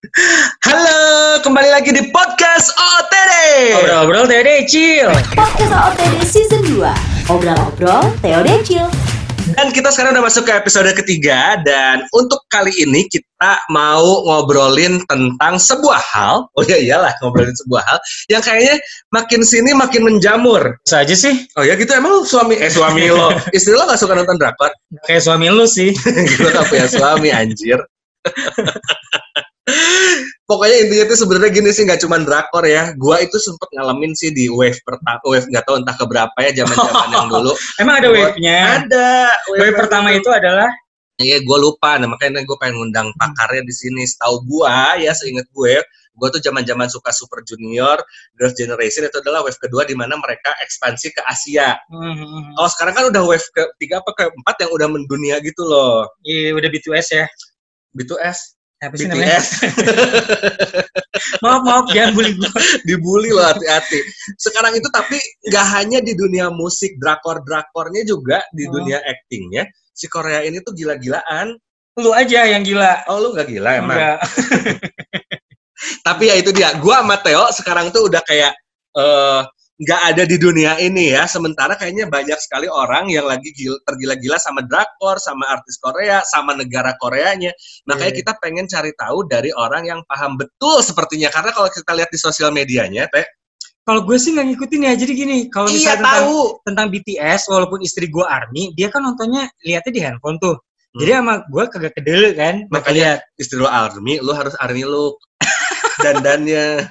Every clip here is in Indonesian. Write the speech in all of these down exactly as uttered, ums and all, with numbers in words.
Halo, kembali lagi di podcast O T D. Obrol-obrol T O D Chill. Podcast O T D Season dua. Obrol-obrol T O D Chill. Dan kita sekarang udah masuk ke episode ketiga. Dan untuk kali ini kita mau ngobrolin tentang sebuah hal. Oh ya iyalah, ngobrolin sebuah hal yang kayaknya makin sini makin menjamur. Bisa aja sih. Oh ya gitu, emang suami Eh suami lo, istri lo gak suka nonton drakor? Kayak suami lu sih. Gue gak punya suami, anjir. Pokoknya intinya tuh sebenarnya gini sih, nggak cuma drakor ya. Gua itu sempet ngalamin sih di wave pertama, wave nggak tahu entah keberapa ya, zaman-zaman yang dulu. Emang ada wave-nya? Ada. Wave, wave pertama itu adalah? Iya, gue lupa. Nah, makanya gue pengen ngundang pakarnya di sini. Setahu gua ya, seinget gue, gue tuh zaman-zaman suka Super Junior, Girls' Generation itu adalah wave kedua di mana mereka ekspansi ke Asia. Mm-hmm. Kalau sekarang kan udah wave ketiga apa keempat yang udah mendunia gitu loh. Iya, udah B two S ya. B two S. Apa sih namanya? maaf maaf jangan bully gue. Dibully loh, hati-hati. Sekarang itu tapi nggak hanya di dunia musik, drakor-drakornya juga di oh. dunia actingnya. Si Korea ini tuh gila-gilaan. Lu aja yang gila. Oh, lu nggak gila emang? Enggak. Tapi ya itu dia. Gua sama Theo sekarang tuh udah kayak uh, nggak ada di dunia ini ya. Sementara kayaknya banyak sekali orang yang lagi gila, tergila-gila sama drakor, sama artis Korea, sama negara Koreanya. Makanya yeah. kita pengen cari tahu dari orang yang paham betul sepertinya. Karena kalau kita lihat di sosial medianya, Teh. Kalau gue sih nggak ngikutin ya. Jadi gini, kalau misalnya iya, tentang, tahu. tentang B T S, walaupun istri gue ARMY, dia kan nontonnya lihatnya di handphone tuh. Hmm. Jadi sama gue kagak kedele kan. Makanya istri lo ARMY, lo harus ARMY look. Dandannya.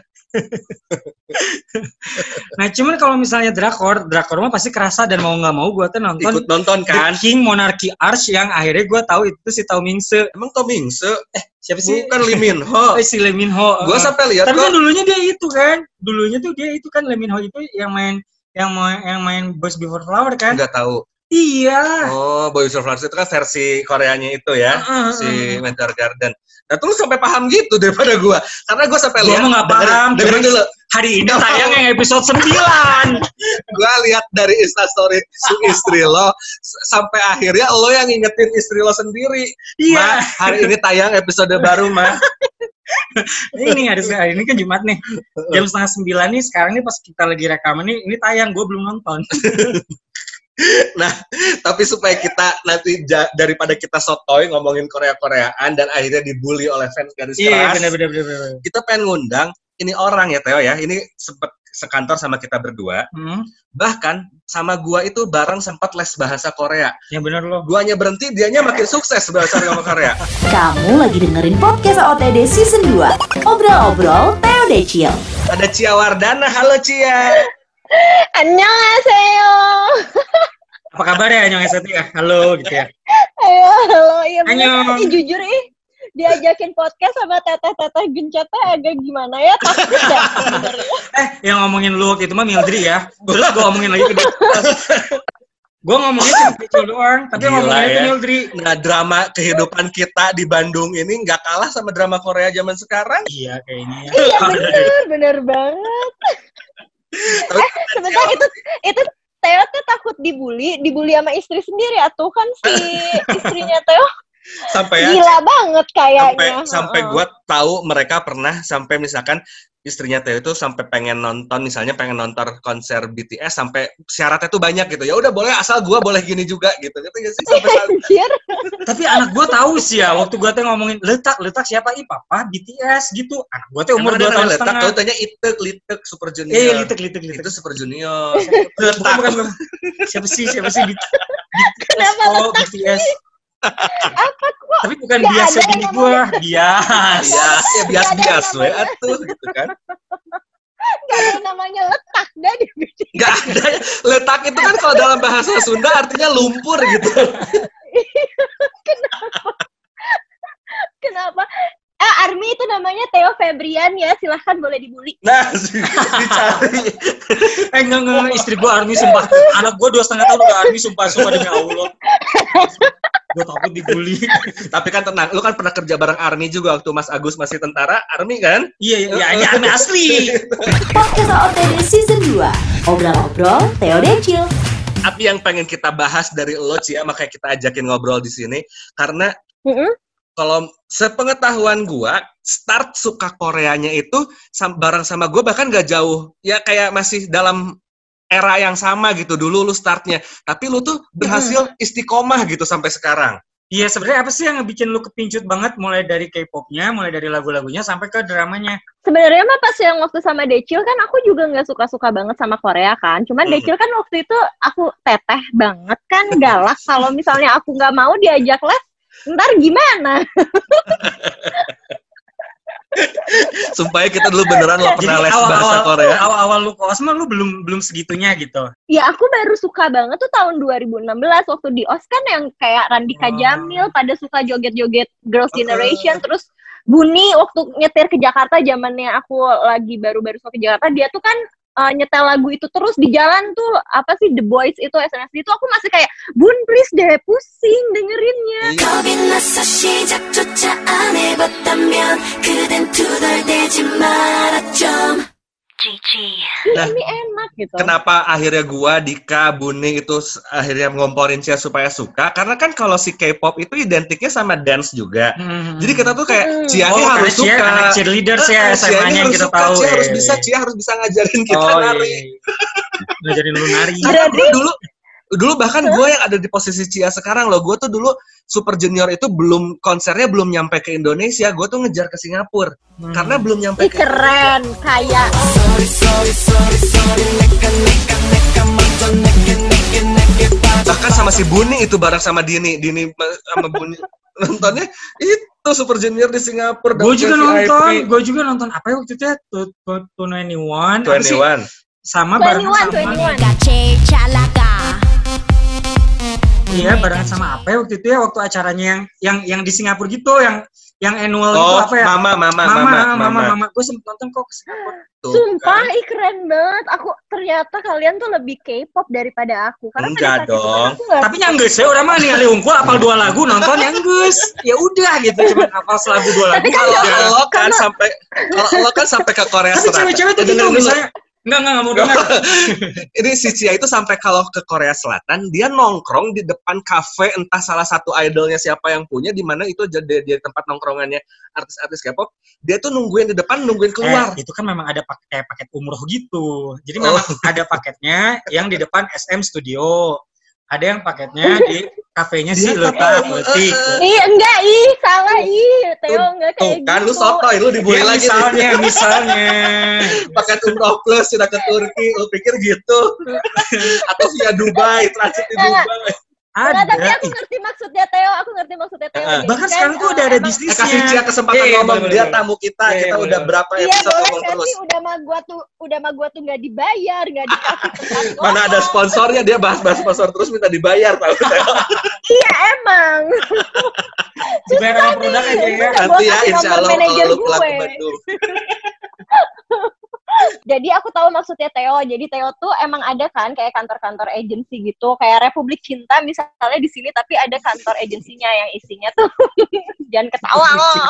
Nah cuman kalau misalnya drakor, drakor mah pasti kerasa dan mau nggak mau gue tuh nonton. Ikut nonton kan? The King Monarchy Arch yang akhirnya gue tahu itu si Tao Mingse. Emang Tao Mingse? Eh siapa sih? Bukan Lee Min Ho. Eh si Lee Min Ho. Gue sampai lihat. Tapi kok. Kan dulunya dia itu kan, dulunya tuh dia itu kan Lee Min Ho itu yang main yang main yang main Boys Before Flower kan? Nggak tahu. Iya. Oh, Boys Before Flower itu kan versi Koreanya itu ya, uh, uh, si Meteor Garden. Nah, tuh lu sampai paham gitu daripada gue. Karena gue sampai lihat. Gue mau nggak paham. Dengerin dulu. Hari ini tayang yang episode sembilan. Gue lihat dari Instastory istri lo, sampai akhirnya lo yang ngingetin istri lo sendiri. Iya. Ma, hari ini tayang episode baru, Ma. Ini hari, hari ini kan Jumat nih. Jam setengah sembilan nih, sekarang nih pas kita lagi rekaman nih, ini tayang, gue belum nonton. Nah, tapi supaya kita nanti ja, daripada kita sotoy ngomongin Korea-Koreaan dan akhirnya dibully oleh fans garis keras, iya, bener, bener, bener, bener. kita pengen ngundang ini orang ya Theo ya, ini sempet sekantor sama kita berdua, hmm. bahkan sama gua itu bareng sempat les bahasa Korea. Ya bener loh. Guanya berhenti, dianya makin sukses bahasa Korea. Kamu lagi dengerin podcast O T D Season dua, Obrol-obrol T O D Chill. Ada Cia Wardana, halo Cia. Annyeonghaseyo. Apa kabar ya Annyeonghaseyo ya? Halo gitu ya. Ayo, halo. Iya bener. Eh, jujur ih, diajakin podcast sama teteh-teteh gencetnya agak gimana ya? Takut dah sebenarnya. Eh, yang ngomongin lu waktu itu mah Mildri ya. Terus gue ngomongin lagi ke dia. Gue ngomongin cuma kecil doang, tapi gila, ngomongin ya. itu Mildri. Nah, drama kehidupan kita di Bandung ini nggak kalah sama drama Korea zaman sekarang. Iya, kayaknya. Iya, bener, bener banget. eh, sebentar itu itu Theo tuh takut dibully, dibully sama istri sendiri atuh kan si istrinya Theo. Sampai ya, gila banget kayaknya. Sampai, sampai gue tahu mereka pernah sampai misalkan istrinya Theo itu sampai pengen nonton, misalnya pengen nonton konser B T S sampai syaratnya tuh banyak gitu. Ya udah boleh asal gue boleh gini juga gitu. Gitu gak sih sampai Anjir. Tapi anak gue tahu sih ya waktu gue tuh ngomongin letak letak siapa ih papa B T S gitu. Anak gue tuh umur dua tahun letak, setengah. Kau tanya itek litek Super Junior. Iya, litek litek litek. Itu Super Junior. Letak bukan, bukan. Siapa sih siapa sih B T S? Kenapa oh, letak B T S. Apa kok? Tapi bukan biasa bini gue, bias. Bias, ya bias-bias we atuh gitu kan. Gak ada yang namanya letak dah di B T S. Gak ada. Letak itu kan kalau dalam bahasa Sunda artinya lumpur gitu. Kenapa? Kenapa? Eh, ARMY itu namanya Theo Febrian ya, silahkan boleh dibully. Nah, dicari. eh, enggak, enggak, istri gue ARMY sumpah. Anak gue dua setengah tahun udah ARMY sumpah, sumpah demi Allah. Gue takut dibully. Tapi kan tenang, lu kan pernah kerja bareng ARMY juga waktu Mas Agus masih tentara, ARMY kan? Iya, iya, ya, ini ARMY asli. Podcast O T D Season dua, Obrol-obrol T O D Chill. Tapi yang pengen kita bahas dari lo, Cia, makanya kita ajakin ngobrol di sini, karena mm-hmm. kalau sepengetahuan gua, start suka Koreanya itu sam- bareng sama gua bahkan gak jauh. Ya kayak masih dalam era yang sama gitu. Dulu lu startnya. Tapi lu tuh berhasil istiqomah gitu sampai sekarang. Iya, sebenarnya apa sih yang bikin lu kepincut banget mulai dari K-popnya, mulai dari lagu-lagunya sampai ke dramanya? Sebenarnya mah pas yang waktu sama Decil kan aku juga nggak suka-suka banget sama Korea kan. Cuman Hmm. Decil kan waktu itu aku teteh banget kan, galak. Kalau misalnya aku nggak mau diajak les, ntar gimana? Sumpah kita dulu beneran lo pernah les bahasa awal-awal, Korea. awal-awal lu ke O S mah lu belum belum segitunya gitu. Ya aku baru suka banget tuh tahun dua ribu enam belas waktu di O S kan yang kayak Randika Oh. Jamil pada suka joget-joget Girls' Oh. Generation, terus Buni waktu nyetir ke Jakarta zamannya aku lagi baru-baru suka ke Jakarta, dia tuh kan uh, nyetel lagu itu terus di jalan tuh apa sih The Boys itu S N S D itu aku masih kayak Bun please deh pusing dengerinnya. 겁이 나서 시작조차 안 해봤다면 그댄 투덜대지 마라 좀 지지 Ih, Nah, ini enak gitu. Kenapa akhirnya gua, Dika, Buni itu s- akhirnya ngomporin Cia supaya suka? Karena kan kalau si K-pop itu identiknya sama dance juga. Hmm. Jadi kita tuh kayak Hmm. Cia Oh, ini karena harus Cia suka. anak cheerleaders ya, Eh, S M Cia ini A-nya yang harus kita suka, tahu. Cia harus ya. bisa, Cia harus bisa ngajarin kita Oh, nari. iya. Ngajarin lu nari. Karena dulu, dulu dulu bahkan gue yang ada di posisi Cia sekarang loh, gue tuh dulu Super Junior itu belum konsernya belum nyampe ke Indonesia, gue tuh ngejar ke Singapura Hmm. karena belum nyampe Ih ke keren, kayak bahkan sama si Buni itu bareng sama Dini, Dini sama Buni nontonnya itu Super Junior di Singapura. Gue juga V I P. nonton, gue juga nonton apa ya waktu itu ya? Tuh dua puluh satu, apa sih? dua puluh satu. Sama bareng dua puluh satu, sama dua puluh satu. 내가 제일 잘 나가 iya barengan sama apa ya waktu itu ya waktu acaranya yang yang yang di Singapura gitu yang yang annual gitu Oh, apa ya? mama, mama, mama, mama, mama, mama. mama. Gue sempet nonton kok ke Singapura. Tuh, Sumpah, kan? ih keren banget. Aku ternyata kalian tuh lebih K-pop daripada aku. Karena Enggak pada saat itu kan dong. aku nggak Tapi nyanggeus ya orang mah ningali unggul apal dua lagu nonton nyanggeus. Ya udah gitu cuman apal selagu dua lagu. Tapi kan Kalau aja. lo kan sampai kalau lo kan sampai ke Korea Tapi Selatan. cewek-cewek tuh gitu Dengerin dulu. misalnya enggak enggak enggak mau dengar. Ini si Cia itu sampai kalau ke Korea Selatan dia nongkrong di depan kafe entah salah satu idolnya siapa yang punya di mana itu jadi di tempat nongkrongannya artis-artis K-pop, dia tuh nungguin di depan nungguin keluar. Eh, itu kan memang ada paket kayak paket umroh gitu. Jadi Oh. memang ada paketnya yang di depan S M Studio. Ada yang paketnya di kafenya si Dia Letak tapi- Letik. Ih, enggak, ih, salah, ih. Teo enggak Tuh kayak kan gitu. lu sotoy, lu dibully Ya, lagi misalnya, misalnya. pakai umroh plus sudah ke Turki, lu pikir gitu? Atau via Dubai, transit di Enggak, Dubai. Enggak, tapi Ada. aku ngerti maksudnya Teo, aku ngerti maksudnya Teo. Ah. Jadi Bahkan kan, sekarang tuh eh, udah ada emang- Eh, bisnisnya. kasih Cia kesempatan Iya, iya, ngomong, boleh, dia boleh. tamu kita, Iya, kita boleh, udah boleh. berapa Iya, episode boleh ngomong nggak terus. sih? Udah mah gua tuh, udah mah gua tuh nggak dibayar, nggak dikasih tempat Mana ada ngomong. sponsornya, dia bahas-bahas sponsor terus minta dibayar tahu. Iya, emang. Dibayar sama produk aja ya. Udah, Nanti gua ya kasih insya nomor Allah kalau manajer lu pulang ke gue. Bandung. Jadi aku tahu maksudnya Theo. Jadi Theo tuh emang ada kan kayak kantor-kantor agensi gitu, kayak Republik Cinta misalnya di sini, tapi ada kantor agensinya yang isinya tuh jangan ketawa loh.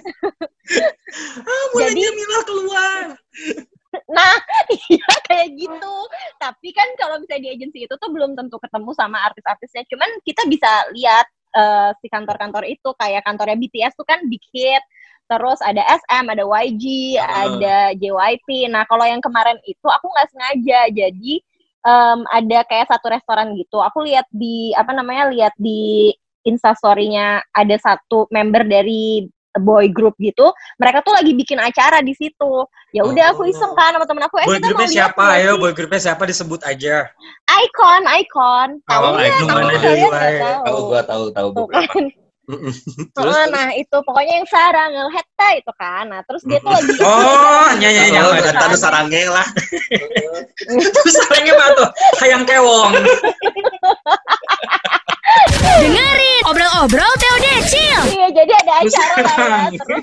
Jadi Mila keluar. nah, iya kayak gitu. Tapi kan kalau misalnya di agensi itu tuh belum tentu ketemu sama artis-artisnya. Cuman kita bisa lihat eh, si kantor-kantor itu kayak kantornya B T S tuh kan Big Hit. Terus ada S M, ada Y G, Uh. ada J Y P. Nah, kalau yang kemarin itu aku nggak sengaja. Jadi em, ada kayak satu restoran gitu. Aku lihat di apa namanya? Lihat di Instastory-nya ada satu member dari boy group gitu. Mereka tuh lagi bikin acara di situ. Ya udah aku iseng kan sama temen aku. Eh Boy kita mau groupnya lihat siapa? nggak Ayo, sih? boy groupnya siapa disebut aja. Icon, Icon. Tahu Oh, nggak? Icon. Tapi Mana kalian dari nggak Wai? tahu. Tahu gua tahu tahu Tuh beberapa. kan. Terus, Oh, terus. nah itu pokoknya yang sarang heta itu kan. Nah terus dia tuh lagi Oh, nyanyi nyanyi Oh, apa? dan tadi sarangnya lah. Terus sarangnya mah tuh hayang kewong. dengerin obrol-obrol Teo Decil Iya, jadi ada Terus acara lah ya. sarang. Terus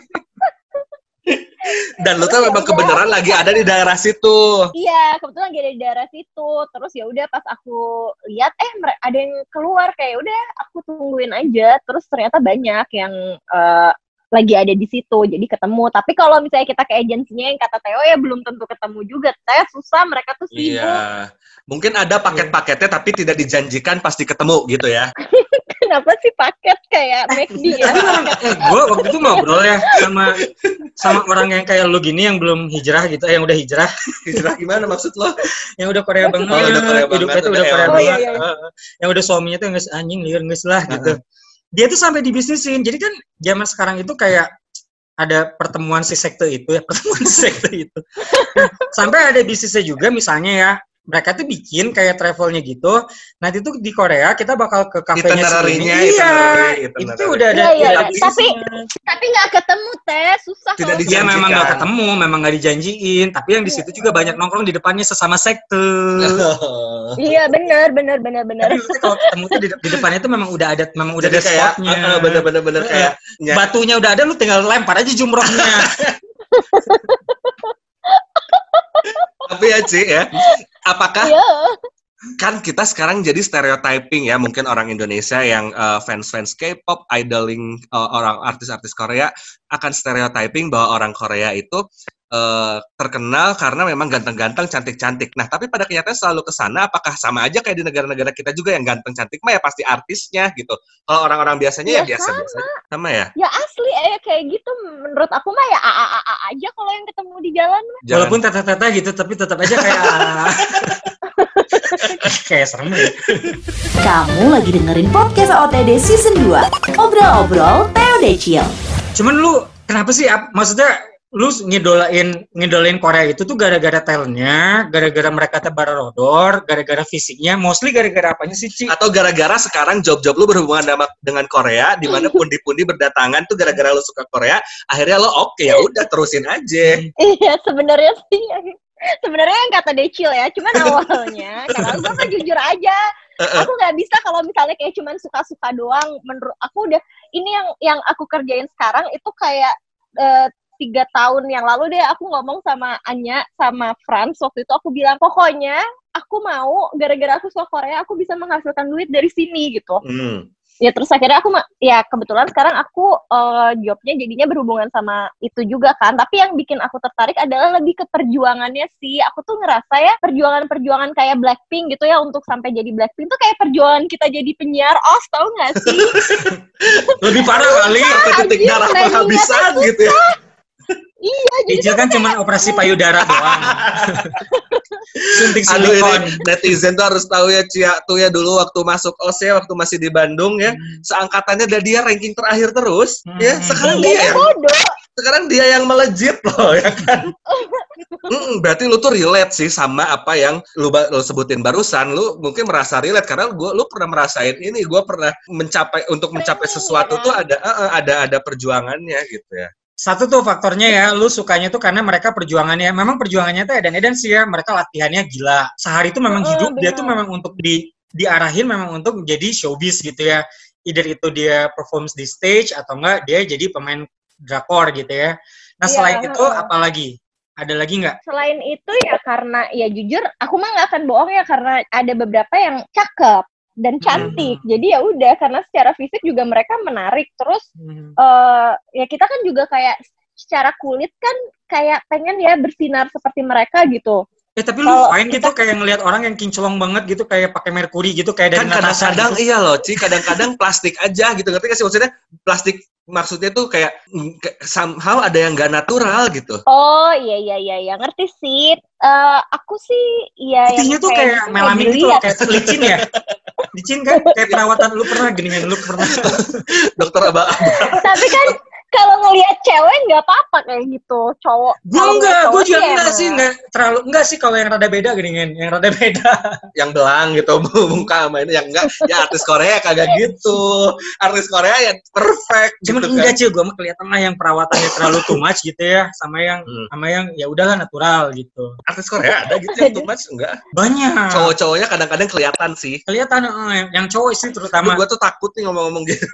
Dan lu tuh memang kebenaran lagi ada di daerah situ. iya, kebetulan lagi ada di daerah situ. Terus ya udah pas aku lihat eh mere- ada yang keluar kayak udah aku tungguin aja. Terus ternyata banyak yang eh, lagi ada di situ. Jadi ketemu. Tapi kalau misalnya kita ke agensinya yang kata Theo ya belum tentu ketemu juga. Saya susah, mereka tuh sibuk. Iya. Mungkin ada paket-paketnya tapi tidak dijanjikan pasti ketemu gitu ya. kenapa sih paket kayak McD ya? eh, gue waktu itu ngobrol ya sama sama orang yang kayak lu gini yang belum hijrah gitu, eh, yang udah hijrah. Hijrah gimana maksud lo? Yang udah Korea banget. Oh, udah Korea banget, Hidupnya tuh udah udah Korea ewan. banget. Oh, iya, iya. Heeh. Yang udah suaminya tuh nges anjing liur nges lah gitu. Dia tuh sampai dibisnisin. Jadi kan zaman sekarang itu kayak ada pertemuan si sekte itu ya, pertemuan si sekte itu. Sampai ada bisnisnya juga misalnya ya. Mereka tuh bikin kayak travelnya gitu. Nanti tuh di Korea kita bakal ke kafenya sini. Itinerary-nya, Iya, itinerary, itu itinerary. tuh udah ada. Iya, iya, udah iya. ada Tapi bisnisnya. tapi nggak ketemu teh, susah. Tidak kalau di- Iya memang nggak Dijanjikan. ketemu, memang nggak dijanjiin. Tapi yang di situ juga banyak nongkrong di depannya sesama sekte. Iya benar benar benar benar. Tapi maksudnya kalau ketemu tuh di, di depannya itu memang udah ada, memang udah Jadi ada kayak spotnya. uh, uh, bener-bener bener kayak ny- Batunya udah ada, lu tinggal lempar aja jumrohnya. tapi ya Ci ya, apakah Iya. kan kita sekarang jadi stereotyping ya, mungkin orang Indonesia yang uh, fans-fans K-pop, idoling uh, orang artis-artis Korea akan stereotyping bahwa orang Korea itu uh, terkenal karena memang ganteng-ganteng, cantik-cantik. Nah, tapi pada kenyataannya selalu ke sana, apakah sama aja kayak di negara-negara kita juga yang ganteng-cantik mah ya pasti artisnya gitu. Kalau orang-orang biasanya ya, Ya, biasa-biasa aja. Sama ya? Ya asli eh kayak gitu menurut aku mah ya a a a, a aja kalau yang ketemu di jalan mah. Jangan- Walaupun tata-tata gitu, tapi tetap aja kayak kayak serem ya. Kamu lagi dengerin podcast O T D Season dua. Obrol-obrol T O D Chill. Cuman lu kenapa sih? ap- Maksudnya lu ngidolain ngidolain Korea itu tuh gara-gara talentnya, gara-gara mereka tebarodor, gara-gara fisiknya, mostly gara-gara apanya sih, Ci? Atau gara-gara sekarang job-job lu berhubungan sama- dengan Korea, di mana pundi-pundi berdatangan tuh gara-gara lu suka Korea, akhirnya lo oke ya udah terusin aja. Iya sebenarnya sih. Sebenarnya yang kata Decil ya, cuman awalnya karena gue kan jujur aja, aku nggak bisa kalau misalnya kayak cuman suka-suka doang. Menurut aku udah ini yang yang aku kerjain sekarang itu kayak eh, tiga tahun yang lalu deh aku ngomong sama Anya sama Franz waktu itu aku bilang pokoknya aku mau gara-gara aku suka Korea aku bisa menghasilkan duit dari sini gitu. Hmm. Ya terus akhirnya aku ma- ya kebetulan sekarang aku eh, jobnya jadinya berhubungan sama itu juga kan, tapi yang bikin aku tertarik adalah lebih ke perjuangannya sih. Aku tuh ngerasa ya perjuangan-perjuangan kayak Blackpink gitu ya untuk sampai jadi Blackpink tuh kayak perjuangan kita jadi penyiar O S, tau gak sih? Lebih parah kali. Sampai titik anjir, darah trainingnya penghabisan tuh gitu ya. Iya jadi Ijil kan cuma operasi payudara doang. Suntik Aduh silikon. ini netizen tuh harus tahu ya Cia tuh ya dulu waktu masuk O S ya, waktu masih di Bandung ya, seangkatannya dan dia ranking terakhir terus Hmm. ya. Sekarang iya dia yang bodoh. sekarang dia yang melejit loh ya kan. Mm-mm, berarti lu tuh relate sih sama apa yang lu, ba- lu sebutin barusan. Lu mungkin merasa relate karena gua lu pernah merasain ini. Gua pernah mencapai untuk mencapai sesuatu tuh ada uh, uh, ada ada perjuangannya gitu ya. Satu tuh faktornya ya, lu sukanya tuh karena mereka perjuangannya, memang perjuangannya tuh edan-edan sih ya, mereka latihannya gila. Sehari itu memang Oh, hidup, dia benar. tuh memang untuk di diarahin memang untuk menjadi showbiz gitu ya. Either itu dia perform di stage atau enggak dia jadi pemain drakor gitu ya. Nah Iya, selain itu heeh. apa lagi? Ada lagi nggak? Selain itu ya karena ya jujur aku mah nggak akan bohong ya karena ada beberapa yang cakep dan cantik. Jadi ya udah karena secara fisik juga mereka menarik. Terus Hmm. eh ya kita kan juga kayak secara kulit kan kayak pengen ya bersinar seperti mereka gitu. Eh tapi lu Kalau fine gitu kita- kayak ngelihat orang yang kinclong banget gitu kayak pakai merkuri gitu kayak dari Kan Natasha kadang-kadang gitu. iya loh Ci, kadang-kadang plastik aja gitu. Ngerti gak sih maksudnya? Plastik maksudnya tuh kayak mm, ke- somehow ada yang gak natural gitu. Oh iya iya iya ya ngerti sih. Eh aku sih ya Putihnya yang tuh kayak gitu melamin gitu loh, dilihat. kayak licin ya. Licin kan kayak perawatan lu pernah gini kan lu pernah. Dokter Aba Tapi kan kalau ngelihat cewek nggak apa-apa kayak gitu cowok. Gue Kalau enggak, ngeliat gue cowok juga sih enggak emang. sih, enggak terlalu enggak sih kalau yang rada beda gini kan, yang rada beda. yang belang gitu muka sama ini yang enggak ya artis Korea kagak gitu. Artis Korea yang perfect Cuman gitu enggak kan. sih, gue mah kelihatan lah yang perawatannya terlalu too much gitu ya, sama yang Hmm. sama yang ya udahlah natural gitu. Artis Korea ada gitu yang too much enggak? Banyak. Cowok-cowoknya kadang-kadang kelihatan sih. Kelihatan eh, yang, yang cowok sih Tapi terutama. gue tuh takut nih ngomong-ngomong gitu.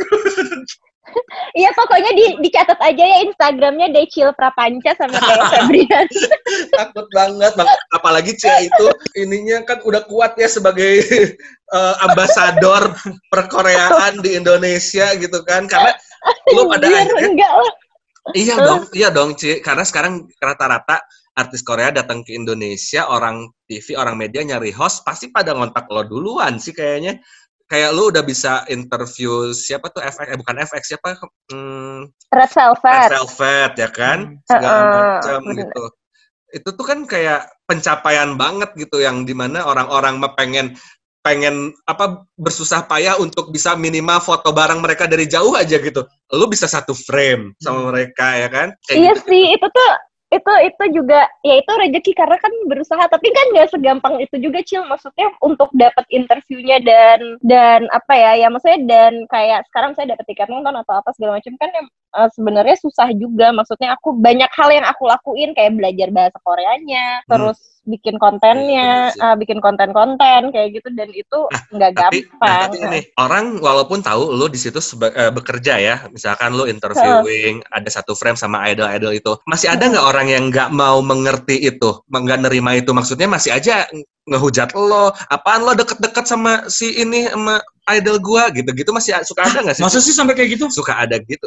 Iya pokoknya di, dicatat aja ya Instagramnya Decil Prapanca sama kayak Febrian. Takut banget bang. Apalagi Cia itu ininya kan udah kuat ya sebagai eh, ambasador perkoreaan di Indonesia gitu kan. Karena lu pada Biar akhirnya enggak lah. iya dong, iya dong Ci. Karena sekarang rata-rata artis Korea datang ke Indonesia, orang T V, orang media nyari host pasti pada ngontak lo duluan sih kayaknya. kayak lu udah bisa interview siapa tuh F X, eh bukan F X, siapa? Hmm, Red Velvet. Red Velvet ya kan? Hmm. Segala Uh-uh, macam bener. gitu. Itu tuh kan kayak pencapaian banget gitu yang dimana orang-orang mah pengen pengen apa bersusah payah untuk bisa minimal foto bareng mereka dari jauh aja gitu. Lu bisa satu frame sama Hmm. mereka ya kan? Kayak Iya gitu. sih, itu tuh itu itu juga ya itu rezeki karena kan berusaha, tapi kan nggak segampang itu juga, Cil. Maksudnya untuk dapat interviewnya dan dan apa ya ya maksudnya dan kayak sekarang saya dapat tiket nonton atau apa segala macam kan yang uh, sebenarnya susah juga. Maksudnya aku banyak hal yang aku lakuin kayak belajar bahasa Koreanya, Hmm. terus bikin kontennya, Iya, bener sih. uh, bikin konten-konten kayak gitu, dan itu nggak Tapi, nah, gampang. tapi ini orang walaupun tahu lu di situ seba- eh, bekerja ya, misalkan lu interviewing, ada satu frame sama idol-idol itu, masih ada nggak orang yang nggak mau mengerti itu, nggak nerima itu? Maksudnya masih aja ngehujat lo, apaan lo deket-deket sama si ini sama idol gua gitu-gitu, masih suka ada nggak sih? Masa sih sampai kayak gitu? Suka ada gitu.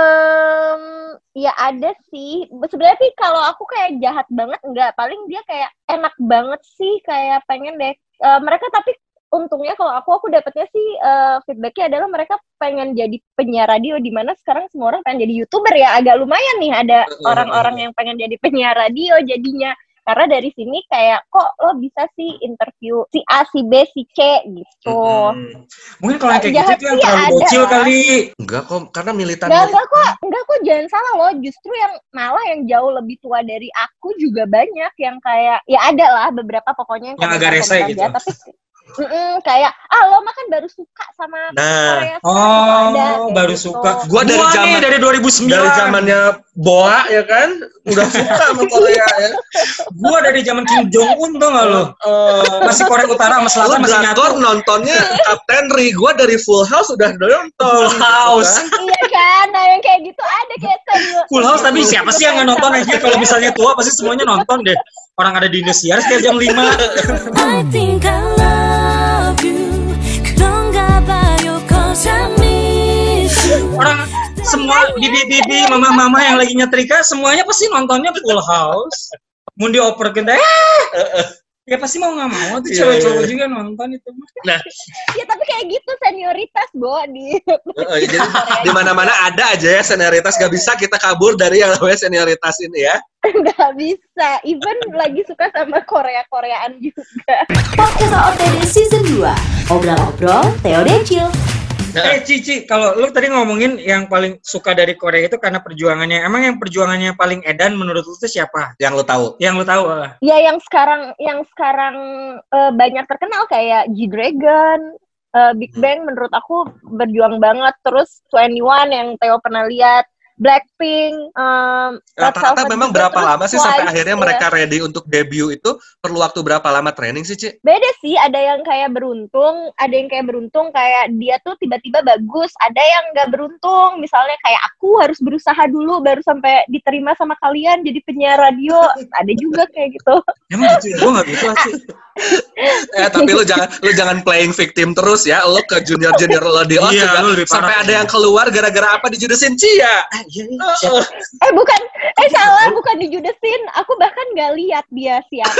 Um, ya ada sih. Sebenarnya sih kalau aku kayak jahat banget enggak. Paling dia kayak enak banget sih, kayak pengen deh. Uh, mereka tapi untungnya kalau aku aku dapetnya sih uh, feedbacknya adalah mereka pengen jadi penyiar radio, di mana sekarang semua orang pengen jadi YouTuber ya. Agak lumayan nih ada orang-orang yang pengen jadi penyiar radio jadinya. Karena dari sini kayak kok lo bisa sih interview si A, si B, si C gitu. Mm-mm. Mungkin kalau yang kayak Jahat gitu itu yang sih terlalu ada bocil lah. kali. Enggak kok, karena militan. Enggak, enggak kok, enggak kok, jangan salah loh. Justru yang malah yang jauh lebih tua dari aku juga banyak yang kayak, ya ada lah beberapa pokoknya yang Yang agak rese komentar-komentar gitu. jahat, tapi mm-mm, kayak, ah lo mah kan baru suka sama Nah, Korea sekarang itu ada, Oh, kayak baru gitu. suka. Gua dari Gua nih zaman- dari dua ribu sembilan. dari zamannya Boa ya kan, udah suka sama Korea ya. Gua dari zaman Kim Jong Un tuh nggak lo? Eh, Masih Korea Utara sama Lu Selatan masih nyatu. drakor nontonnya Kapten Ri, gua dari Full House udah nonton. Full House. Gitu kan. Iya kan, nah yang kayak gitu ada kayak serius. Full House tapi siapa sih yang nggak nonton aja? Kalau misalnya tua pasti semuanya nonton deh. Orang ada di Indosiar setiap jam lima. I think I love you 그런가 봐요 cause I miss you Orang semua bibi-bibi, mama-mama yang lagi nyetrika semuanya pasti nontonnya Full House. Mau dioper kita, eh, ya pasti mau nggak mau tuh Iya, cewek-cewek iya. juga nonton itu. Ya tapi kayak gitu senioritas, Bo, di Heeh, jadi di mana-mana ada aja ya senioritas, gak bisa kita kabur dari yang namanya senioritas ini ya. nggak bisa. Even lagi suka sama Korea-Koreaan juga. Podcast O T D Season dua. Obrol-obrol Theo Decil. Eh Cici, kalau lu tadi ngomongin yang paling suka dari Korea itu karena perjuangannya. Emang yang perjuangannya paling edan menurut lu itu siapa? Yang lo tahu. Yang lu tahu? eh? Ya yang sekarang yang sekarang eh, banyak terkenal kayak G-Dragon, eh, Big Bang menurut aku berjuang banget. Terus twenty one yang Theo pernah lihat, Blackpink, um, Red Rata-rata Velvet memang juga, berapa terus lama sih sampai Twice, akhirnya ya. mereka ready untuk debut itu? Perlu waktu berapa lama training sih, Ci? Beda sih, ada yang kayak beruntung, ada yang kayak beruntung kayak dia tuh tiba-tiba bagus, ada yang nggak beruntung, misalnya kayak aku harus berusaha dulu baru sampai diterima sama kalian jadi penyiar radio, ada juga kayak gitu. Emang gitu ya? Gue nggak gitu lah, Ci. Eh tapi lu jangan lu jangan playing victim terus ya. Lu ke junior-junior lo di O S Iya, juga lu lebih sampai parah. ada yang keluar gara-gara apa dijudesin Cia. Ah, iya, iya. Siapa? Eh bukan, eh salah, bukan dijudesin, aku bahkan nggak lihat dia siapa.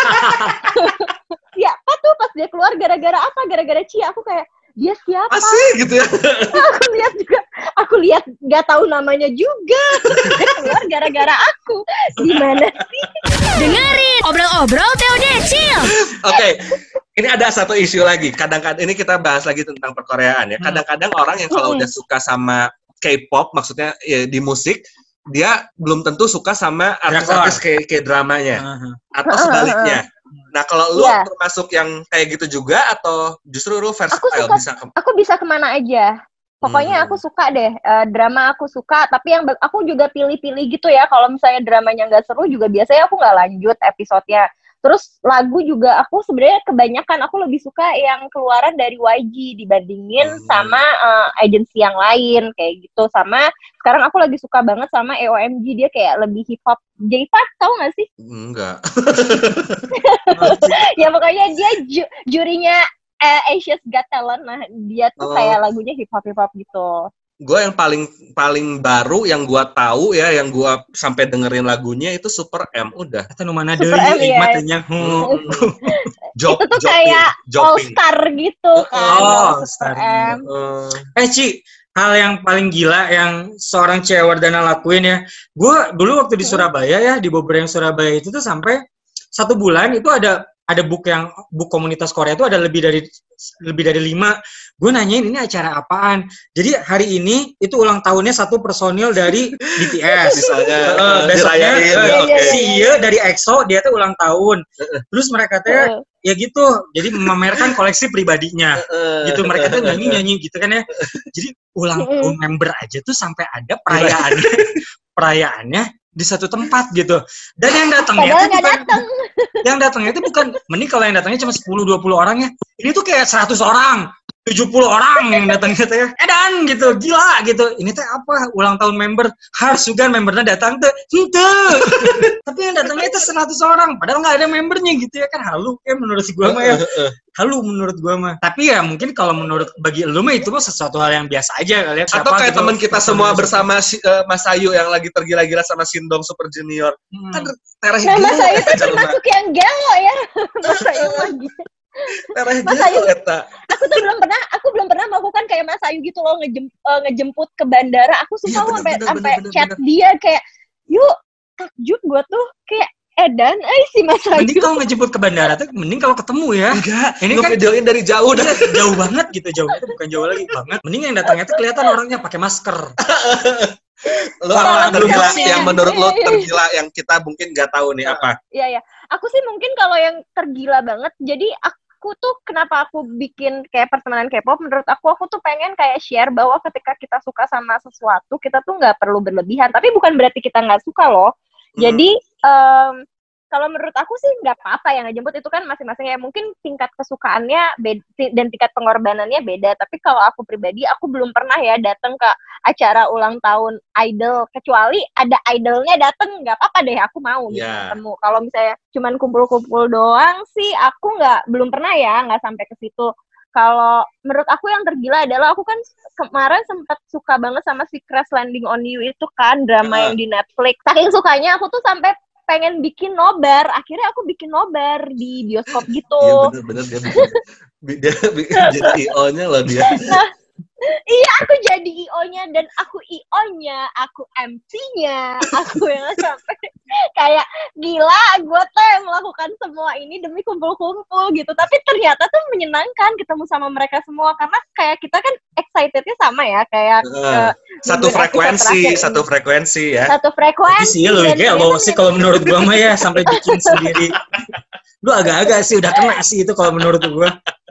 Siapa tuh pas dia keluar gara-gara apa? Gara-gara Cia, aku kayak dia siapa? Asik gitu ya. Aku lihat juga, aku lihat nggak tahu namanya juga. Dia keluar gara-gara aku. Gimana sih? Dengerin obrol-obrol Theo Decil. Oke. Ini ada satu isu lagi. Kadang-kadang ini kita bahas lagi tentang perkoreaan ya. Kadang-kadang orang yang kalau Hmm. udah suka sama K-pop, maksudnya ya, di musik, dia belum tentu suka sama artis-artis kayak kayak dramanya Aha. atau sebaliknya. Nah, kalau lu Iya. termasuk yang kayak gitu juga atau justru lu versatile suka- bisa ke Aku bisa kemana aja. Pokoknya Hmm. aku suka deh, eh, drama aku suka, tapi yang ba- aku juga pilih-pilih gitu ya. Kalau misalnya dramanya nggak seru juga biasanya aku nggak lanjut episodenya. Terus lagu juga aku sebenarnya kebanyakan aku lebih suka yang keluaran dari Y G dibandingin Hmm. sama eh, agensi yang lain kayak gitu. Sama sekarang aku lagi suka banget sama E O M G, dia kayak lebih hip hop. J five tau nggak sih? enggak. Ya pokoknya dia ju- jurinya eh, Asia's Got Talent. Nah dia tuh Oh. kayak lagunya hip hop hip hop gitu. gue yang paling paling baru yang gue tahu ya, yang gue sampai dengerin lagunya itu Super M udah. Kata nu mana Super deui M, ya. matanya. Hmm. Jop, Itu tuh jopping, kayak All jopping. Star gitu kan. Oh, Super Star. M. Eh, Eh Ci, hal yang paling gila yang seorang cewek Wardana lakuin ya. Gue dulu waktu di Surabaya ya, di Bobreng Surabaya itu tuh sampai satu bulan itu ada ada book yang book komunitas Korea itu ada lebih dari lebih dari lima. Gue nanyain ini acara apaan. Jadi hari ini itu ulang tahunnya satu personil dari B T S. Misalnya Eh, eh, besoknya dirayain, eh, oke. si Ye dari EXO dia tuh ulang tahun. Terus mereka tuh Heeh. ya gitu. Jadi memamerkan koleksi pribadinya. Eh, Gitu mereka tuh nyanyi-nyanyi gitu kan ya. Jadi ulang Mm-mm. tahun member aja tuh sampai ada perayaannya perayaannya di satu tempat gitu. Dan yang datangnya Padahal tuh nggak bukan datang. yang datangnya itu bukan mending kalau yang datangnya cuma sepuluh dua puluh orang ya. Ini tuh kayak seratus orang, tujuh puluh orang yang datang gitu ya. Edan gitu, gila gitu. Ini teh apa? Ulang tahun member. Harus juga membernya datang tuh. Henteu. Tapi yang datangnya itu seratus orang, padahal nggak ada membernya gitu ya kan. Halu ya menurut gua mah ya. Halu menurut gua mah. Tapi ya mungkin kalau menurut bagi lu mah itu mah sesuatu hal yang biasa aja kali ya. Atau Siapa kayak gitu, teman kita semua personil- bersama si, eh, Mas Ayu yang lagi tergila-gila sama Sindong Super Junior. Hmm. Kan tereh Nah, Mas gelo Ayu tuh eta, termasuk yang gelo ya. Mas Ayu lagi. tereh Mas gelo Ayu. eta. Aku tuh belum pernah, aku belum pernah melakukan kayak Mas Ayu gitu loh ngejem, eh, ngejemput ke bandara. Aku Iya, sumpah bener, sampai bener, sampai bener, chat bener. dia kayak, yuk takjub gue tuh kayak Edan, eh si Mas Mending Ayu. kalau ngejemput ke bandara tuh mending kalau ketemu ya. Enggak, Ini ini kan- videoin dari jauh dah. Udah jauh banget gitu, jauh itu bukan jauh lagi banget. Mending yang datangnya tuh kelihatan orangnya pakai masker. Lo Kalau apa belum tergila vaksin. yang menurut lo Iya, iya. tergila yang kita mungkin nggak tahu nih apa? Iya ya, aku sih mungkin kalau yang tergila banget. Jadi aku tuh kenapa aku bikin kayak pertemanan K-pop? Menurut aku, aku tuh pengen kayak share bahwa ketika kita suka sama sesuatu, kita tuh nggak perlu berlebihan. Tapi bukan berarti kita nggak suka loh. Jadi em, kalau menurut aku sih nggak apa-apa yang ngejemput itu kan masing-masing ya mungkin tingkat kesukaannya beda dan tingkat pengorbanannya beda. Tapi kalau aku pribadi, aku belum pernah ya datang ke acara ulang tahun idol kecuali ada idolnya dateng, nggak apa-apa deh aku mau gitu Ya. ketemu. Kalau misalnya cuman kumpul-kumpul doang sih aku nggak belum pernah ya nggak sampai ke situ. Kalau menurut aku yang tergila adalah aku kan kemarin sempat suka banget sama si Crash Landing on You itu kan drama Uh. yang di Netflix. Saking sukanya aku tuh sampai pengen bikin nobar. Akhirnya aku bikin nobar di bioskop gitu. Iya bener-bener dia bikin, bi- dia bikin jadi I O-nya loh dia. Iya, aku jadi I O-nya dan aku I O-nya, aku M C-nya, aku yang sampai kayak gila, gue tuh yang melakukan semua ini demi kumpul-kumpul gitu. Tapi ternyata tuh menyenangkan ketemu sama mereka semua karena kayak kita kan excitednya sama ya, kayak Uh, eh, satu minggu frekuensi, episode satu terakhir frekuensi ya. ini. Satu frekuensi. Tapi sih lu dan kayak ternyata lo sih kalau menurut gua mah ya sampai bikin sendiri. Lu agak-agak sih udah kena sih itu kalau menurut gua.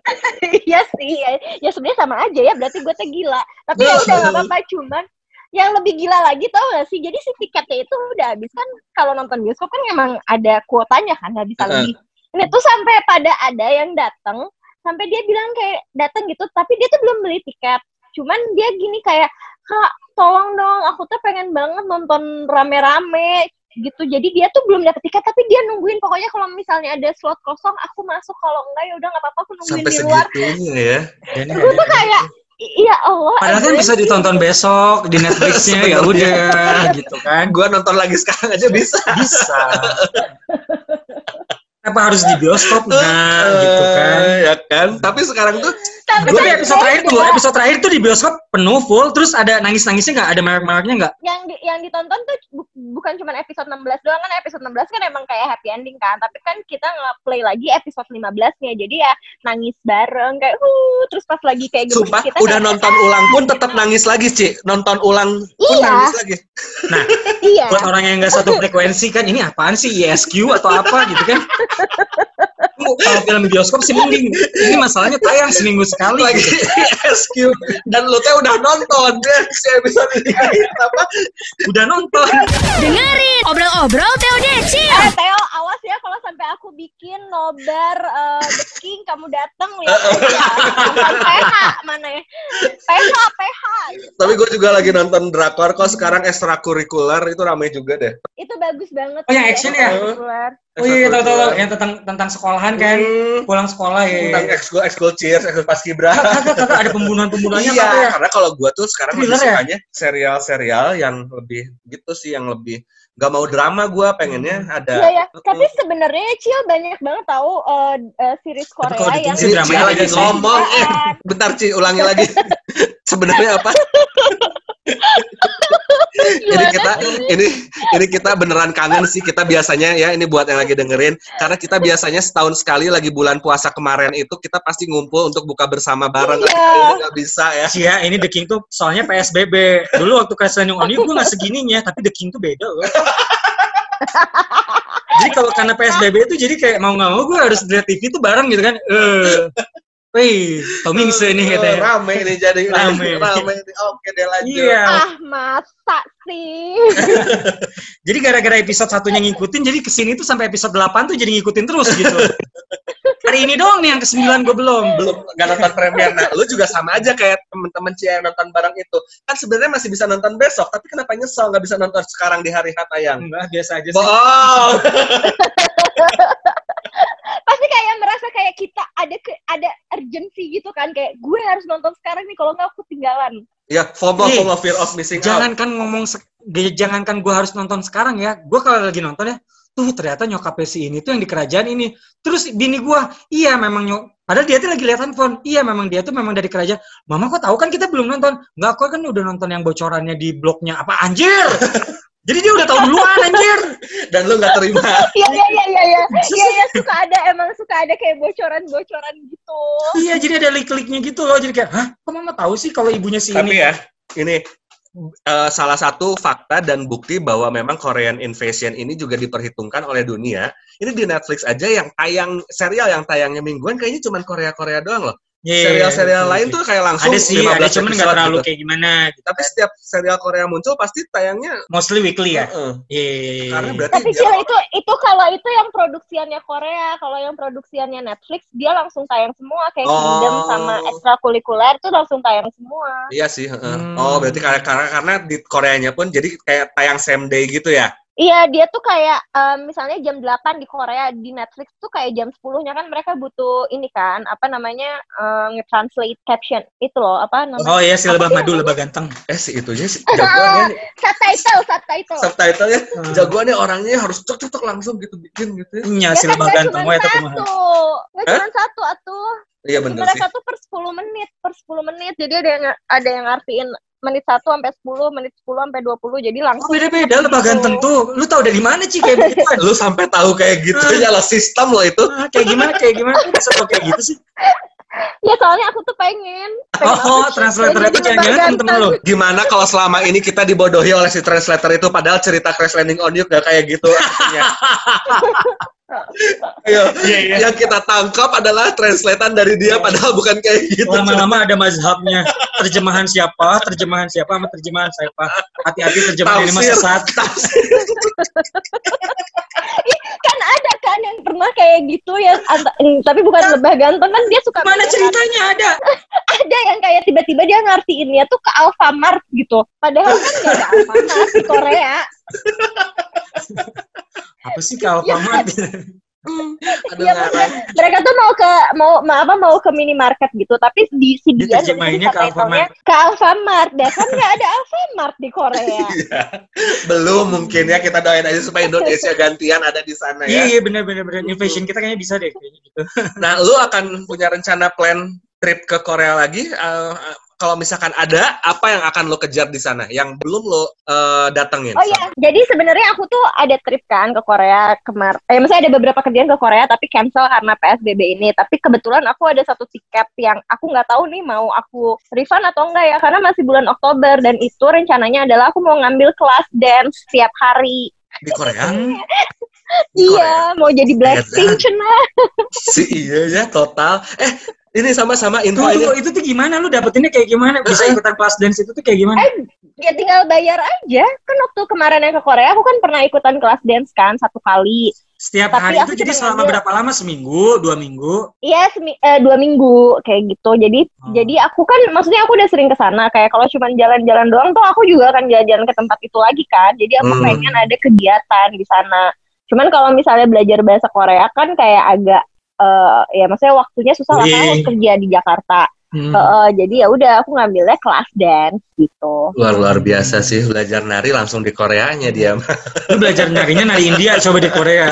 Iya sih, ya, ya sebenarnya sama aja ya, berarti gue tuh gila. Tapi ya udah nggak apa-apa, cuman yang lebih gila lagi tau gak sih? Jadi si tiketnya itu udah habis kan, kalau nonton bioskop kan emang ada kuotanya kan, nggak bisa Uh-uh. lebih. Ini tuh sampai pada ada yang datang, sampai dia bilang kayak datang gitu, tapi dia tuh belum beli tiket. Cuman dia gini kayak, Kak, tolong dong, aku tuh pengen banget nonton rame-rame gitu. Jadi dia tuh belum dapet tiket, tapi dia nungguin pokoknya kalau misalnya ada slot kosong, aku masuk. Kalau enggak ya udah nggak apa-apa, aku nungguin Sampai di luar. segitunya ya. Dan Gue tuh kayak, iya Allah. padahal kan Edwin. bisa ditonton besok di Netflixnya ya udah gitu kan. Gua nonton lagi sekarang aja bisa. Bisa. Apa harus di bioskop nah gitu kan. Eh, ya kan. Tapi sekarang tuh Tapi Gue kan episode terakhir tuh, beda. episode terakhir tuh di bioskop penuh full, terus ada nangis-nangisnya nggak? Ada merek-mereknya nggak? yang di, yang ditonton tuh bu- bukan cuma episode enam belas doang kan. Episode enam belas kan emang kayak happy ending kan, tapi kan kita nge-play lagi episode lima belas-nya, jadi ya nangis bareng kayak huh, terus pas lagi kayak gitu sumpah kita udah kayak, nonton ulang pun tetap nangis lagi, Ci. Nonton ulang pun Iya. nangis lagi. Nah, iya buat orang yang nggak satu frekuensi kan, ini apaan sih I S Q atau apa gitu kan? Lu kalau film bioskop sih mending. Ini masalahnya tayang seminggu sekali. Lagi Gitu. S Q dan lu teh udah nonton ya si episode ini apa? Udah nonton. Dengerin obrol-obrol T O D Chill. eh Theo awas ya kalau sampai aku bikin nobar uh, The King, kamu datang lihat aja. Nonton P H mana ya? P H, P H. Gitu. Tapi gue juga lagi nonton drakor kok sekarang ekstrakurikuler itu ramai juga deh. Itu bagus banget. Oh, yang action ya? Oh iya, tahu tahu yang tentang tentang sekolahan kan, hmm. pulang sekolah ya. Tentang ekskul ekskul cheers, ekskul paskibra. Kagak kagak ada pembunuhan-pembunuhannya iya, ya? Karena kalau gue tuh sekarang lebih ya? sukanya serial-serial yang lebih gitu sih, yang lebih gak mau drama gue pengennya ada. Iya ya, tapi sebenarnya Cil banyak banget tahu uh, uh, series Korea yang Ci lagi ngomong, eh bentar Ci ulangi lagi. Sebenarnya apa? ini kita ini ini kita beneran kangen sih, kita biasanya ya, ini buat yang lagi dengerin, karena kita biasanya setahun sekali lagi bulan puasa kemarin itu kita pasti ngumpul untuk buka bersama bareng. Iya. Nggak bisa ya. Iya, ini The King tuh soalnya P S B B. Dulu waktu Crash Landing on You gue nggak segininya, tapi The King tuh beda loh. Jadi kalau karena P S B B itu jadi kayak mau nggak mau gue harus lihat T V tuh bareng gitu kan. Eh, wih, Tomingse nih katanya. Rame nih jadi rame. Rame. Oke deh lanjut. Iya. Ah masa sih. Jadi gara-gara episode satunya ngikutin, jadi kesini tuh sampai episode delapan tuh jadi ngikutin terus gitu. Hari ini doang nih yang kesembilan gue belum. Belum, gak nonton premier. Nah, lu juga sama aja kayak temen-temen Cia yang nonton bareng itu. Kan sebenarnya masih bisa nonton besok, tapi kenapa nyesel gak bisa nonton sekarang di hari H tayang? Enggak, biasa aja sih. Bohong! Pasti kayak merasa kayak kita ada ke, ada urgency gitu kan, kayak gue harus nonton sekarang nih, kalau nggak aku ketinggalan. Ya, FOMO, Nih, FOMO, fear of missing jangankan out. ngomong, se- jangankan gue harus nonton sekarang ya, gue kalau lagi nonton ya, tuh ternyata nyokapnya si ini tuh yang di kerajaan ini. Terus bini gue, iya memang nyok, padahal dia tuh lagi lihat handphone, iya memang dia tuh memang dari kerajaan. Mama kok tahu kan kita belum nonton? Nggak, kok kan udah nonton yang bocorannya di blognya. Apa anjir? Jadi dia udah tahu duluan anjir. Dan lu nggak terima. Iya iya iya iya iya. Iya iya suka ada, emang suka ada kayak bocoran-bocoran gitu. Iya, jadi ada klik-kliknya gitu loh. Jadi kayak, hah? Kok Mama tahu sih kalau ibunya si Tapi ini? ya, ini uh, salah satu fakta dan bukti bahwa memang Korean Invasion ini juga diperhitungkan oleh dunia. Ini di Netflix aja yang tayang, serial yang tayangnya mingguan kayaknya cuma Korea-Korea doang loh. Yeah, serial-serial yeah, lain yeah. tuh kayak langsung ada sih, ada cuman nggak terlalu gitu. Kayak gimana. Gitu. Tapi setiap serial Korea muncul pasti tayangnya mostly weekly ya. Uh-uh. Yeah. Karena berarti tapi Cil itu itu kalau itu yang produksiannya Korea, kalau yang produksiannya Netflix dia langsung tayang semua kayak oh. Kingdom sama ekstrakurikuler itu langsung tayang semua. Iya sih. Uh. Hmm. Oh berarti karena, karena karena di Koreanya pun jadi kayak tayang same day gitu ya. Iya, dia tuh kayak um, misalnya jam delapan di Korea, di Netflix tuh kayak jam sepuluh-nya kan mereka butuh ini kan, apa namanya, uh, nge-translate caption. Itu loh, apa namanya? Oh iya, si lebah madu, lebah ganteng. Eh, si itunya sih, jagoannya. subtitle, subtitle. Subtitle-nya, hmm. jagoannya orangnya harus cocok-cocok langsung gitu bikin gitu. Iya, ya si kan lebah ganteng. Cuma oh, satu, nggak cuma satu, atuh. Iya benar sih. Mereka tuh per sepuluh menit, per sepuluh menit. Jadi ada yang ada yang ngartiin menit satu sampai sepuluh, menit sepuluh sampai dua puluh, jadi langsung. Oh, beda-beda lebah ganteng tuh. Lu tahu dari mana, Ci, kayak begitu? Lu sampai tahu kayak gitu ya lah, sistem lo itu. Ah, kayak gimana, kayak gimana? Lu bisa tahu kayak gitu sih? Ya soalnya aku tuh pengen. pengen oh, oh translator itu jangan-jangan temen-temen lu. Gimana kalau selama ini kita dibodohi oleh si translator itu, padahal cerita Crash Landing on You gak kayak gitu artinya. Ayo, yeah, yeah. Yang kita tangkap adalah translatean dari dia, padahal bukan kayak gitu. Lama-lama ada mazhabnya. Terjemahan siapa, terjemahan siapa, sama terjemahan siapa. Hati-hati terjemahan ini mah sesat. Kan ada kan yang pernah kayak gitu ya, tapi bukan lebah ganteng kan, dia suka. Mana ceritanya ada? Ada yang kayak tiba-tiba dia ngartiinnya tuh ke Alfamart gitu. Padahal kan gak ada Alfamart di Korea. Apa sih ke Alfamart? Iya maksudnya mereka tuh mau ke mau, mau apa mau ke minimarket gitu, tapi di si dia terjemahinnya ke Alfamart. Ke Alfamart, dan kan nggak ada Alfamart di Korea. Belum mungkin ya, kita doain aja supaya Indonesia gantian ada di sana ya. Iya iya benar benar benar. Invasion kita kayaknya bisa deh kayaknya gitu. Nah, lu akan punya rencana plan trip ke Korea lagi? Uh, kalau misalkan ada, apa yang akan lo kejar di sana yang belum lo uh, datengin? Oh iya, jadi sebenarnya aku tuh ada trip kan ke Korea kemarin. Eh, misalnya ada beberapa kerjaan ke Korea tapi cancel karena P S B B ini. Tapi kebetulan aku ada satu tiket yang aku nggak tahu nih mau aku refund atau enggak ya, karena masih bulan Oktober, dan itu rencananya adalah aku mau ngambil kelas dance setiap hari. Di Korea? Iya, mau jadi Blackpink Edan. cenah. Si iya ya total. Eh ini sama-sama info Tunggu, ini. tunggu, itu tuh gimana? Lu dapetinnya kayak gimana? Bisa ikutan kelas dance itu tuh kayak gimana? Eh, ya tinggal bayar aja. Kan waktu kemarin yang ke Korea, aku kan pernah ikutan kelas dance kan satu kali. Setiap Tapi hari aku itu jadi cuma selama ngambil- berapa lama? Seminggu, dua minggu? Iya, semi- eh, dua minggu kayak gitu. Jadi, Oh. jadi aku kan, maksudnya aku udah sering ke sana. Kayak kalau cuma jalan-jalan doang tuh, aku juga akan jalan-jalan ke tempat itu lagi kan. Jadi aku Hmm. pengen ada kegiatan di sana. Cuman kalau misalnya belajar bahasa Korea kan kayak agak, eh, ya maksudnya waktunya susah lah karena Wih. harus kerja di Jakarta. Hmm. Eh, eh, jadi ya udah aku ngambilnya kelas dance gitu. Luar luar biasa sih belajar nari langsung di Koreanya dia. Lu belajar narinya nari India, coba di Korea.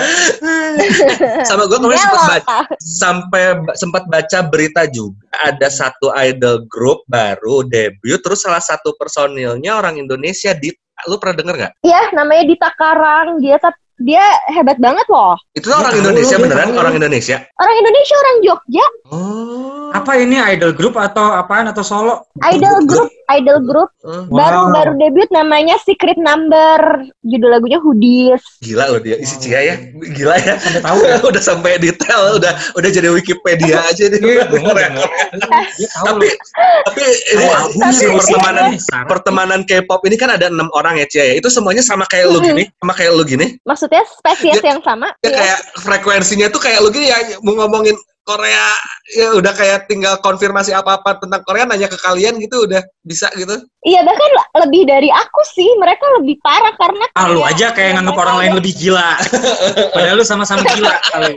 Sama gue kemarin Iya sempat loh, baca, sampai ba- sempat baca berita juga ada satu idol group baru debut terus salah satu personilnya orang Indonesia. Di lu pernah denger nggak? Iya, namanya Dita Karang. Dia tap- dia hebat banget loh. Itu tuh Dia orang tahu, Indonesia dia beneran tahu. orang Indonesia. Orang Indonesia, orang Jogja. Oh. Apa ini idol group atau apaan atau solo? Idol group, idol group. Oh, Baru Wow. baru debut namanya Secret Number. Judul lagunya Hoodies. gila loh dia isi Cia ya. Gila ya. Sampai tahu ya? Udah sampai detail, udah udah jadi Wikipedia aja dia. Iya, bener, Korea. bener. Dia tahu Tapi loh. tapi ini Tahu albumnya si sih, pertemanan isinya. Sarah. pertemanan K-pop ini kan ada enam orang ya Cia ya. Itu semuanya sama kayak lu gini, sama kayak lu gini. Maksudnya spesies Ya- yang sama. Ya Iya. kayak frekuensinya tuh kayak lu gini ya mau ngomongin Korea ya udah kayak tinggal konfirmasi apa-apa tentang Korea nanya ke kalian gitu udah bisa gitu. Iya, bahkan le- lebih dari aku sih. Mereka lebih parah karena Ah, lu kayak- aja kayak ya, nganggep mereka orang lain ada- lebih gila. Padahal lu sama-sama gila kali.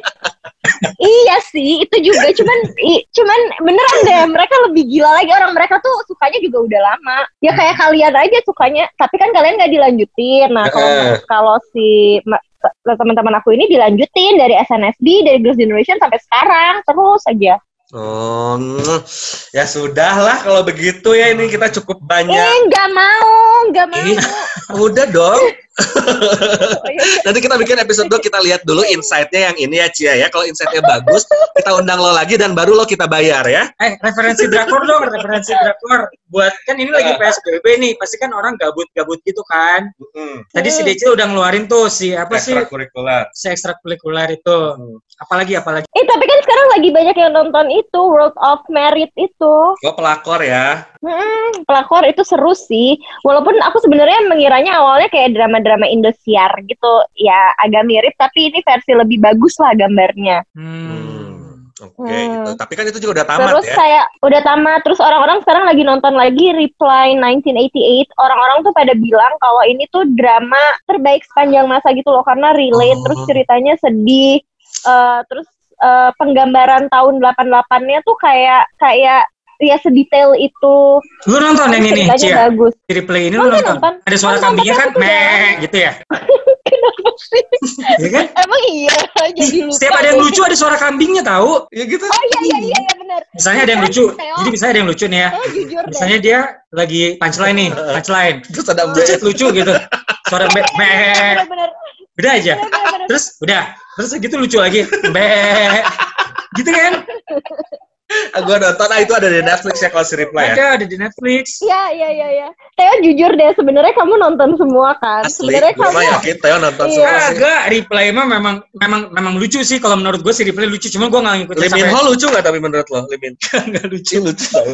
Iya sih, itu juga. Cuman, i- cuman beneran deh, mereka lebih gila lagi. Orang mereka tuh sukanya juga udah lama. Ya kayak kalian aja sukanya, tapi kan kalian nggak dilanjutin. Nah, kalau Eh. kalau si ma- teman-teman aku ini dilanjutin dari S N S D, dari Girls' Generation sampai sekarang, terus aja. Oh, mm, ya sudahlah kalau begitu ya ini kita cukup banyak. Eh, nggak mau, nggak mau. Iya. Udah dong. Oh, iya. Nanti kita bikin episode dua kita lihat dulu insight-nya yang ini ya Cia ya. Kalau insight-nya bagus, kita undang lo lagi dan baru lo kita bayar ya. Eh, referensi drakor dong, referensi drakor. Buat, kan ini lagi P S B B nih, pasti kan orang gabut-gabut gitu kan. Hmm. Tadi si Decil udah ngeluarin tuh si apa sih? Ekstrakurikuler. Si ekstrakurikuler itu. Apalagi apalagi. Eh, tapi kan sekarang lagi banyak yang nonton itu, World of Merit itu. Gue pelakor ya. Hmm, pelakor itu seru sih. Walaupun aku sebenarnya mengiranya awalnya kayak drama-drama Indosiar gitu. Ya, agak mirip, tapi ini versi lebih bagus lah gambarnya. Hmm. Oke Hmm. gitu. Tapi kan itu juga udah tamat Terus ya. kayak udah tamat, terus orang-orang sekarang lagi nonton lagi Reply nineteen eighty-eight. Orang-orang tuh pada bilang kalau ini tuh drama terbaik sepanjang masa gitu loh, karena relate, Oh. terus ceritanya sedih, eh, terus eh, penggambaran tahun delapan puluh delapan-nya tuh kayak kayak ya sedetail itu. Lu nonton yang ini, Ceritanya Cia? bagus. Di replay ini lu Nonton, nonton? nonton. Ada suara Nonton, kambingnya tapi kan? aku udah- Meh, gitu ya? Kenapa sih? Iya kan? Emang iya, jadi lupa. Setiap ada yang lucu ada suara kambingnya tahu. Ya gitu. Oh iya iya iya, iya benar. Misalnya ada yang lucu. Jadi misalnya ada yang lucu nih ya. Saya jujur deh. Misalnya dia lagi punchline nih, punchline. Terus ada Cicit lucu gitu. Suara meh, meh. Bener-bener. Udah aja. Bener-bener. Terus udah. Terus gitu lucu lagi. Meh. Gitu kan? Gue nonton, ah itu ada di Netflix ya kalau si Reply ya. Ada, ada di Netflix. Iya iya iya iya. Teo jujur deh, sebenarnya kamu nonton semua kan? Asli, Sebenarnya gue kamu mah yakin Teo nonton Iya. semua sih. Agak replay mah memang memang memang lucu sih kalau menurut gue si replay lucu. Cuma gue nggak ngikutin Lee Min sampai Ho lucu gak tapi menurut lo? Lee Min Ho nggak lucu. lucu tau.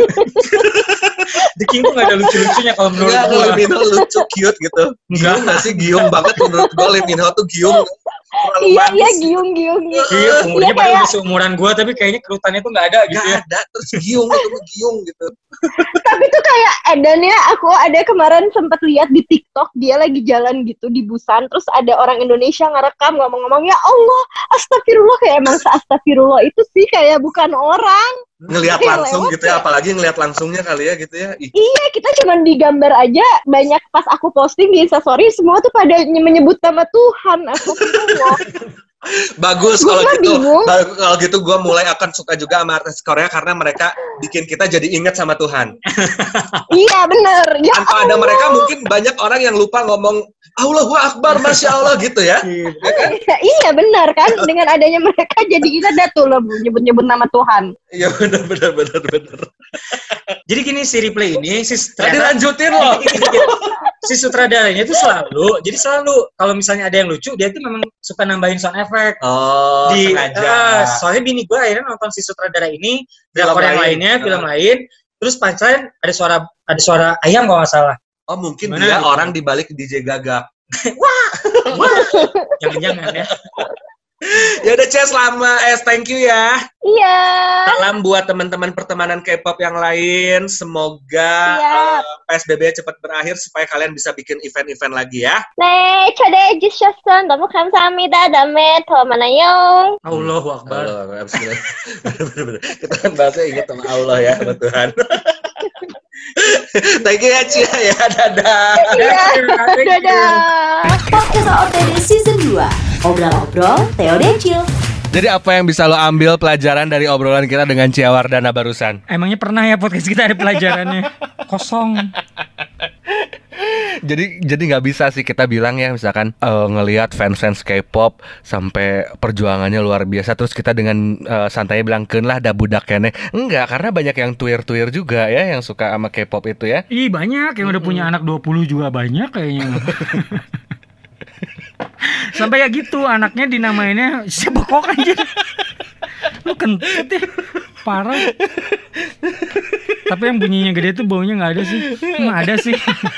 The King tuh nggak ada lucu-lucunya kalau menurut Enggak, gue. Lee Min Ho lucu, cute gitu. Enggak. Giung gak sih? Giung banget menurut gue. Lee Min Ho tuh giung. Terlalu iya manis. iya giung giung gitu. Iya, umurnya Iya, padahal kayak- udah seumuran gue, tapi kayaknya kerutannya tuh nggak ada gitu Gak ya. ada, terus giung itu mah giung gitu. Tapi tuh kayak edannya aku ada kemarin sempat lihat di TikTok dia lagi jalan gitu di Busan, terus ada orang Indonesia ngerekam ngomong-ngomong, ya Allah, astagfirullah, kayak emang astagfirullah itu sih kayak bukan orang. Ngelihat Kayak langsung lewat gitu ya, apalagi ngelihat langsungnya kali ya gitu ya. Ih, Iya, kita cuman digambar aja, banyak pas aku posting di Instastory semua tuh pada ny- menyebut nama Tuhan. Astagfirullah. bagus Gua kalau mah gitu. bingung. Ba- Kalau gitu gue mulai akan suka juga sama artis Korea karena mereka bikin kita jadi ingat sama Tuhan. Iya bener. Ya Tanpa ada Allah. mereka mungkin banyak orang yang lupa ngomong Allahu Akbar, Masya Allah gitu ya. Iya, iya benar kan, dengan adanya mereka jadi kita dah tuh loh nyebut-nyebut nama Tuhan. Iya benar benar benar benar. Jadi gini si Replay ini si Tadi ternyata- lanjutin loh. si sutradaranya itu selalu, jadi selalu kalau misalnya ada yang lucu, dia itu memang suka nambahin sound effect. Oh, di sengaja. eh, soalnya bini gue akhirnya nonton si sutradara ini, Film drakor yang lain. lainnya, film Ah. lain, terus punchline ada suara ada suara ayam kalau nggak salah. Oh, mungkin Gimana dia gitu? orang di balik D J Gaga. Jangan-jangan ya. Ya udah, Ces, lama. Es, thank you ya. Iya. Salam buat teman-teman pertemanan K-pop yang lain. Semoga Siap. uh, P S B B cepat berakhir supaya kalian bisa bikin event-event lagi ya. 네, 초대해주셔서 너무 감사합니다. 다음에 더 만나요. Allahu Akbar. Allah, bener-bener. Kita kan bahasnya ingat sama Allah ya, sama Tuhan. Thank you ya, Cia ya. Dadah. Iya. Dadah. Podcast O T D Season dua. Obrol-obrol Theo Decil. Jadi apa yang bisa lo ambil pelajaran dari obrolan kita dengan Cia Wardana barusan? Emangnya pernah ya podcast kita ada pelajarannya? Kosong. Jadi jadi nggak bisa sih kita bilang ya, misalkan uh, ngelihat fans-fans K-pop sampai perjuangannya luar biasa, terus kita dengan uh, santainya bilang keun lah da budak kene. Enggak, karena banyak yang tuir-tuir juga ya yang suka sama K-pop itu ya. Ih, banyak yang udah punya anak dua puluh juga banyak kayaknya. Sampai ya gitu anaknya dinamainnya sebekok aja. Lu kentut ya. Parah. Tapi yang bunyinya gede tuh baunya nggak ada sih. Nggak ada sih.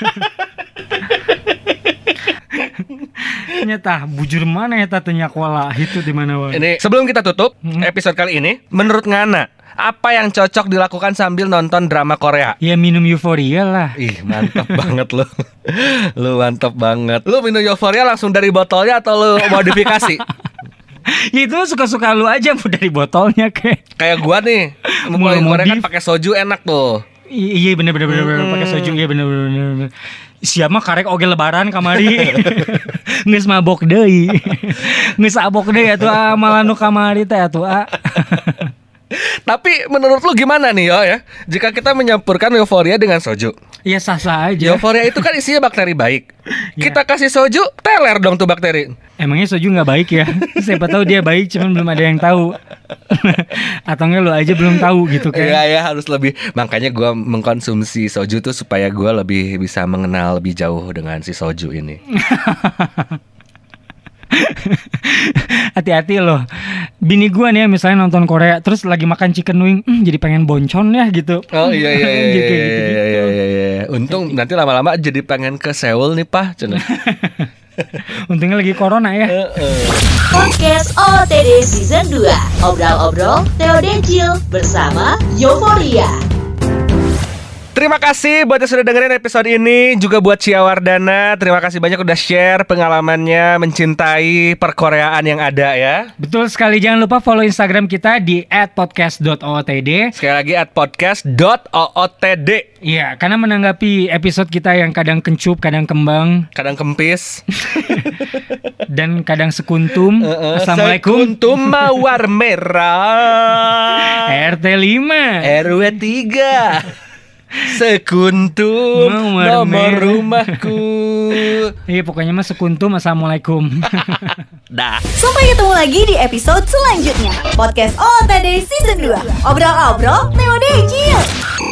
Nyata bujur mana ya tatunya koala itu di mana wae. Ini sebelum kita tutup Hmm. episode kali ini, menurut Ngana apa yang cocok dilakukan sambil nonton drama Korea? Ya minum euforia lah. Ih, mantap banget lu. Lu mantap banget. Lu minum euforia langsung dari botolnya atau lu modifikasi? Ya itu suka-suka lu aja mau dari botolnya kayak. Kayak gua nih, Mau mau Korea kan modif. pakai soju enak tuh. I- iya bener bener bener, bener. Hmm. Pakai soju iya bener bener, bener, bener. Siapa karek oge lebaran kamari. Geus mabok deui. Geus abok deui atuh ah malah nu kamari teh atuh ah. Tapi menurut lu gimana nih yo ya? Jika kita menyampurkan euforia dengan soju. Ya sah-sah aja. Euforia itu kan isinya bakteri baik. Ya. Kita kasih soju, teler dong tuh bakteri. Emangnya soju nggak baik ya? Siapa tahu dia baik, cuman belum ada yang tahu. Atau enggak lu aja belum tahu gitu kan? Iya ya, harus lebih. Makanya gua mengkonsumsi soju tuh supaya gua lebih bisa mengenal lebih jauh dengan si soju ini. Hati-hati loh. Bini gua nih ya, misalnya nonton Korea terus lagi makan chicken wing, hmm, jadi pengen boncon ya gitu. Oh iya iya iya Jadi iya, kayak gitu-gitu. iya, iya, iya, iya. Untung nanti lama-lama jadi pengen ke Seoul nih Pak. Cina. Untungnya lagi corona ya. Podcast O T D Season dua. Obrol-obrol Theo Decil bersama Euforia. Terima kasih buat yang sudah dengerin episode ini. Juga buat Cia Wardana, terima kasih banyak udah share pengalamannya mencintai perkoreaan yang ada ya. Betul sekali, jangan lupa follow Instagram kita di at podcast dot o t d. Sekali lagi at podcast dot o o t d. Iya, karena menanggapi episode kita yang kadang kencup, kadang kembang, Kadang kempis. dan kadang sekuntum. Uh-uh. Assalamualaikum. Sekuntum mawar merah. R T lima. R W tiga. Sekuntum Mawar nomor merah. rumahku. Iya, pokoknya mah sekuntum. Assalamualaikum. Dah. Sampai ketemu lagi di episode selanjutnya. Podcast O T D Season dua. Obrol-obrol Theo Decil.